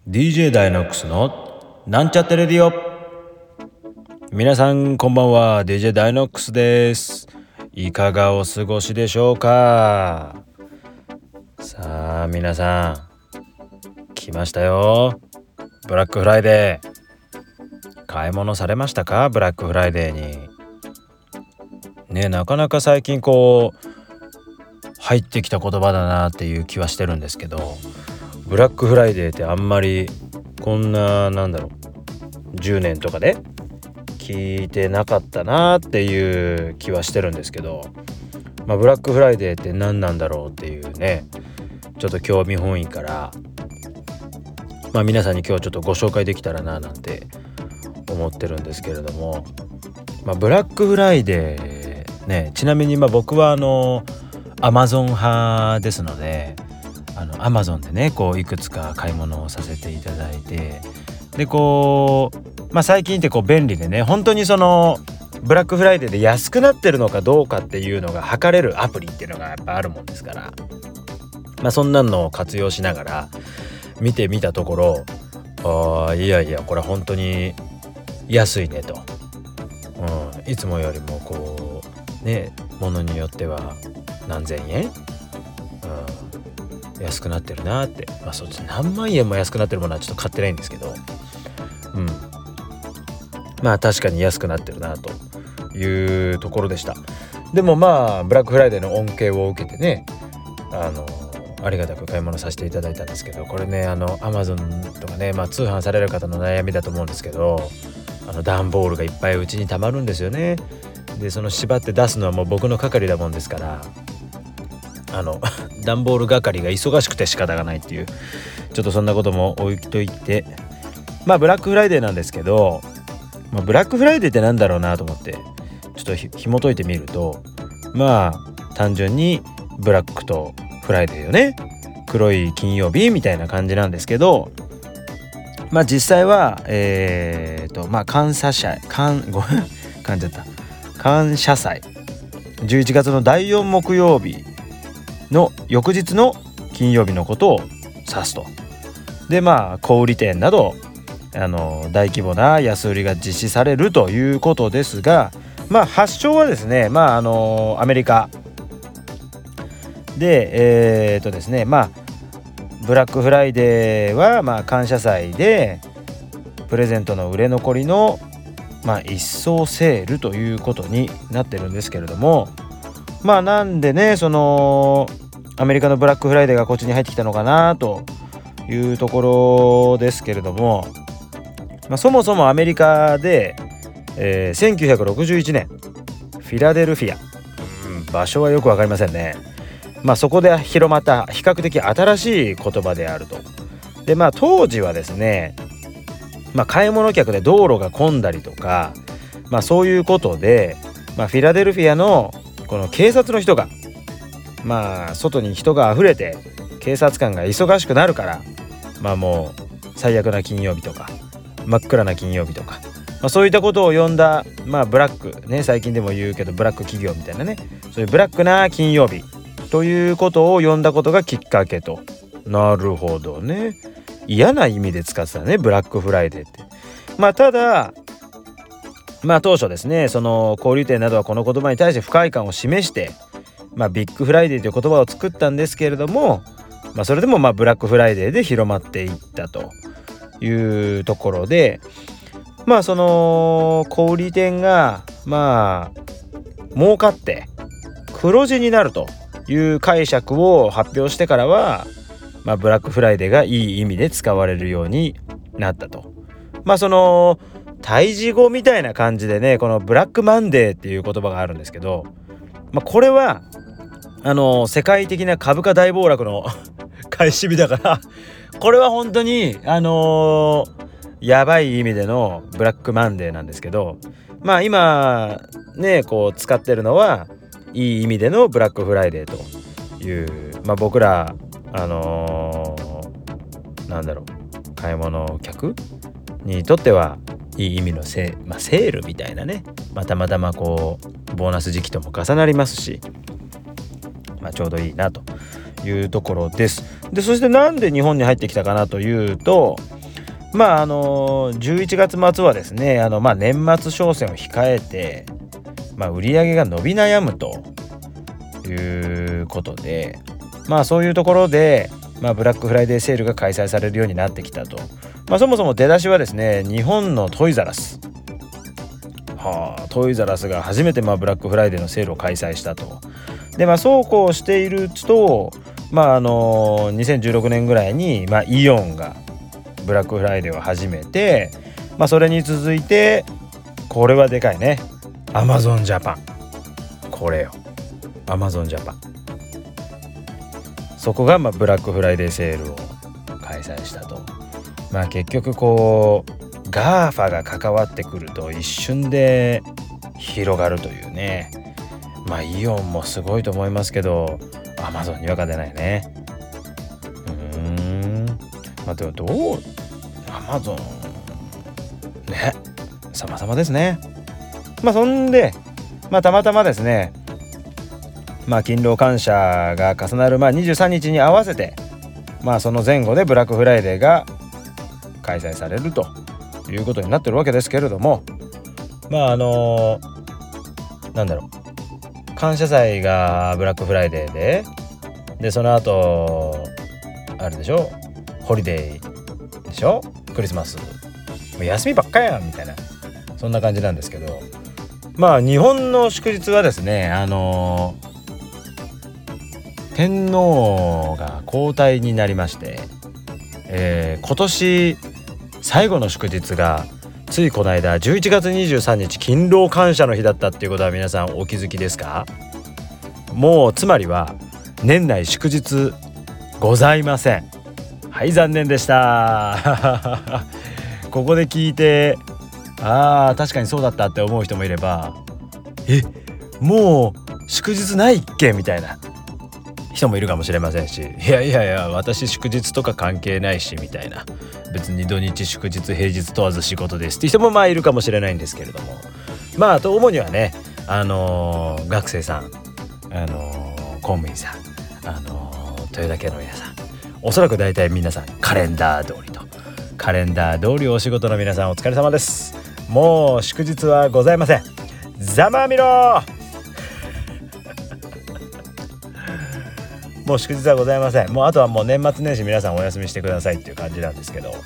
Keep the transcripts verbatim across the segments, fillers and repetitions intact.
ディージェー ダイノックスのなんちゃってレディオ。皆さんこんばんは、 ディージェー ダイノックスです。いかがお過ごしでしょうか。さあ皆さん来ましたよ、ブラックフライデー。買い物されましたか？ブラックフライデーにね、なかなか最近こう入ってきた言葉だなっていう気はしてるんですけど、ブラックフライデーってあんまりこんななんだろうじゅうねんとかで聞いてなかったなっていう気はしてるんですけど、まあ、ブラックフライデーって何なんだろうっていうね、ちょっと興味本位から、まあ、皆さんに今日ちょっとご紹介できたらななんて思ってるんですけれども、まあ、ブラックフライデーね、ちなみにまあ僕はあのアマゾン派ですので、あのアマゾンでねこういくつか買い物をさせていただいて、でこう、まあ、最近ってこう便利でね、本当にそのブラックフライデーで安くなってるのかどうかっていうのが測れるアプリっていうのがやっぱあるもんですから、まあ、そんなのを活用しながら見てみたところ、あいやいやこれ本当に安いねと、うん、いつもよりもこうねものによっては何千円、うん、安くなってるなって、まあそっち何万円も安くなってるものはちょっと買ってないんですけど、うん、まあ確かに安くなってるなというところでした。でもまあブラックフライデーの恩恵を受けてね、あのありがたく買い物させていただいたんですけど、これねあの Amazon とかね、まあ通販される方の悩みだと思うんですけど、あの段ボールがいっぱいうちに溜まるんですよね。でその縛って出すのはもう僕の係だもんですから、あの段ボール係が忙しくて仕方がないっていう、ちょっとそんなことも置いといて、まあブラックフライデーなんですけど、まあ、ブラックフライデーってなんだろうなと思ってちょっとひ紐解いてみると、まあ単純にブラックとフライデーよね、黒い金曜日みたいな感じなんですけど、まあ実際はえーとまあ感謝祭感ごめん噛んじゃった感謝祭じゅういちがつのだいよん木曜日の翌日の金曜日のことを指すと。でまあ小売店などあの大規模な安売りが実施されるということですが、まあ発祥はですね、まああのアメリカでえー、とですねまあブラックフライデーはまあ感謝祭でプレゼントの売れ残りのまあ一掃セールということになってるんですけれども、まあなんでねそのアメリカのブラックフライデーがこっちに入ってきたのかなというところですけれども、まあ、そもそもアメリカで、えー、せんきゅうひゃくろくじゅういちねんフィラデルフィア、うん、場所はよくわかりませんね。まあそこで広まった比較的新しい言葉であると。でまあ当時はですね、まあ、買い物客で道路が混んだりとか、まあそういうことで、まあ、フィラデルフィアのこの警察の人がまあ外に人があふれて警察官が忙しくなるから、まあもう最悪な金曜日とか真っ暗な金曜日とか、まあ、そういったことを呼んだ、まあブラックね、最近でも言うけどブラック企業みたいなね、そういうブラックな金曜日ということを呼んだことがきっかけと。なるほどね、嫌な意味で使ってたねブラックフライデーって。まあただまあ当初ですね、その小売店などはこの言葉に対して不快感を示して、まあビッグフライデーという言葉を作ったんですけれども、まあそれでもまあブラックフライデーで広まっていったというところで、まあその小売店がまあ儲かって黒字になるという解釈を発表してからは、まあブラックフライデーがいい意味で使われるようになったと。まあその退治後みたいな感じでね、このブラックマンデーっていう言葉があるんですけど、まあこれはあの世界的な株価大暴落の開始日だからこれは本当にあのー、やばい意味でのブラックマンデーなんですけど、まあ今ねこう使ってるのはいい意味でのブラックフライデーという、まあ僕らあのー、なんだろう買い物客にとってはいい意味のセ、まあ、セールみたいなね、まあ、たまたまこうボーナス時期とも重なりますし、まあ、ちょうどいいなというところです。でそしてなんで日本に入ってきたかなというと、 まああのじゅういちがつ末はですねあの、まあ、年末商戦を控えて、まあ、売り上げが伸び悩むということで、まあそういうところで、まあ、ブラックフライデーセールが開催されるようになってきたと。まあ、そもそも出だしはですね日本のトイザらス、はあ、トイザらスが初めてまあブラックフライデーのセールを開催したと。でまあそうこうしていると、まああのにせんじゅうろくねんぐらいに、まあ、イオンがブラックフライデーを始めて、まあ、それに続いてこれはでかいね、アマゾンジャパン、これよアマゾンジャパン、そこがまあブラックフライデーセールを開催したと。まあ結局こう ガーファ が関わってくると一瞬で広がるというね。まあイオンもすごいと思いますけどアマゾンには勝てないね。うーんまあでもどうアマゾンね様々ですね。まあそんでまあたまたまですねまあ勤労感謝が重なるまあにじゅうさんにちに合わせてまあその前後でブラックフライデーが開催されるということになってるわけですけれども、まああのなんだろう感謝祭がブラックフライデーででその後あれでしょホリデーでしょクリスマス、もう休みばっかやんみたいなそんな感じなんですけど、まあ日本の祝日はですねあの天皇が交代になりまして、えー、今年最後の祝日がついこの間じゅういちがつにじゅうさんにち勤労感謝の日だったっていうことは皆さんお気づきですか？もうつまりは年内祝日ございません。はい残念でしたここで聞いてあー確かにそうだったって思う人もいればえもう祝日ないっけみたいな人もいるかもしれませんし、いやいやいや私祝日とか関係ないしみたいな、別に土日祝日平日問わず仕事ですって人もまあいるかもしれないんですけれども、まああと主にはねあのー、学生さん、あのー、公務員さん、あのー、豊田家の皆さん、おそらく大体皆さんカレンダー通りとカレンダー通りお仕事の皆さんお疲れ様です。もう祝日はございません。ざまあみろもう祝日はございません。もうあとはもう年末年始皆さんお休みしてくださいっていう感じなんですけど、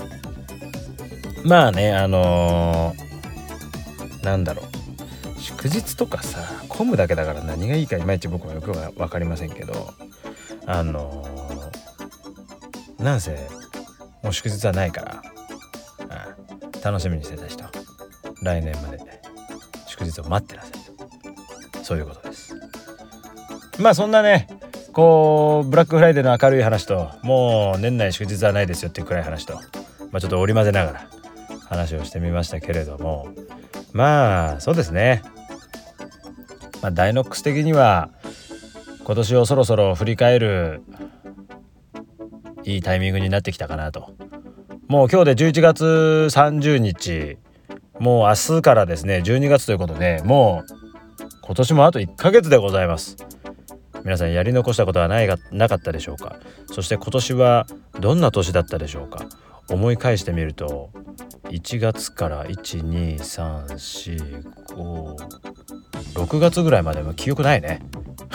まあねあのー、なんだろう祝日とかさ混むだけだから何がいいかいまいち僕はよくは分かりませんけど、あのー、なんせもう祝日はないから、うん、楽しみにしてた人来年まで祝日を待ってなさいと、そういうことです。まあそんなねこうブラックフライデーの明るい話ともう年内祝日はないですよっていうくらい話と、まあ、ちょっと織り交ぜながら話をしてみましたけれども、まあそうですね、まあ、ダイノックス的には今年をそろそろ振り返るいいタイミングになってきたかなと。もう今日でじゅういちがつさんじゅうにち、もう明日からですねじゅうにがつということでもう今年もあといっかげつでございます。皆さんやり残したことはないがなかったでしょうか。そして今年はどんな年だったでしょうか。思い返してみるといちがつからいち、に、さん、し、ご、ろくがつぐらいまでは記憶ないね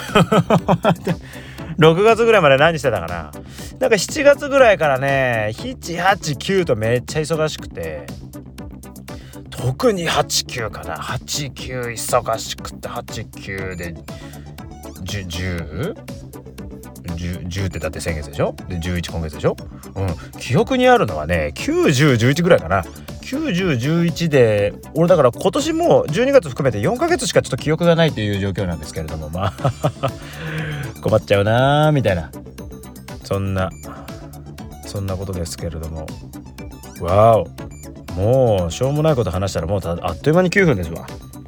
ろくがつぐらいまで何してたかな。なんかしちがつぐらいからねなな、はち、きゅうとめっちゃ忙しくて、特にはち、きゅうかな。はち、きゅう忙しくてはち、きゅうでじゅう、じゅう、じゅう、じゅうってだって先月でしょ。でじゅういち今月でしょ。うん、記憶にあるのはねきゅう、じゅう、じゅういちぐらいかな。きゅう、じゅう、じゅういちで俺だから今年もじゅうにがつ含めてよんかげつしかちょっと記憶がないという状況なんですけれども、まあ困っちゃうなーみたいな、そんなそんなことですけれども、わおもうしょうもないこと話したらもうたあっという間にきゅうふんですわ。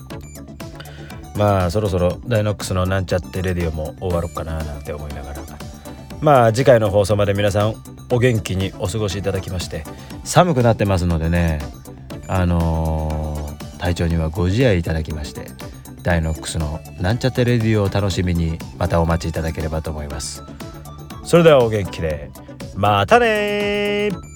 まあそろそろダイノックスのなんちゃってレディオも終わろうかななんて思いながら、まあ次回の放送まで皆さんお元気にお過ごしいただきまして、寒くなってますのでねあのー、体調にはご自愛いただきまして、ダイノックスのなんちゃってレディオを楽しみにまたお待ちいただければと思います。それではお元気でまたねー。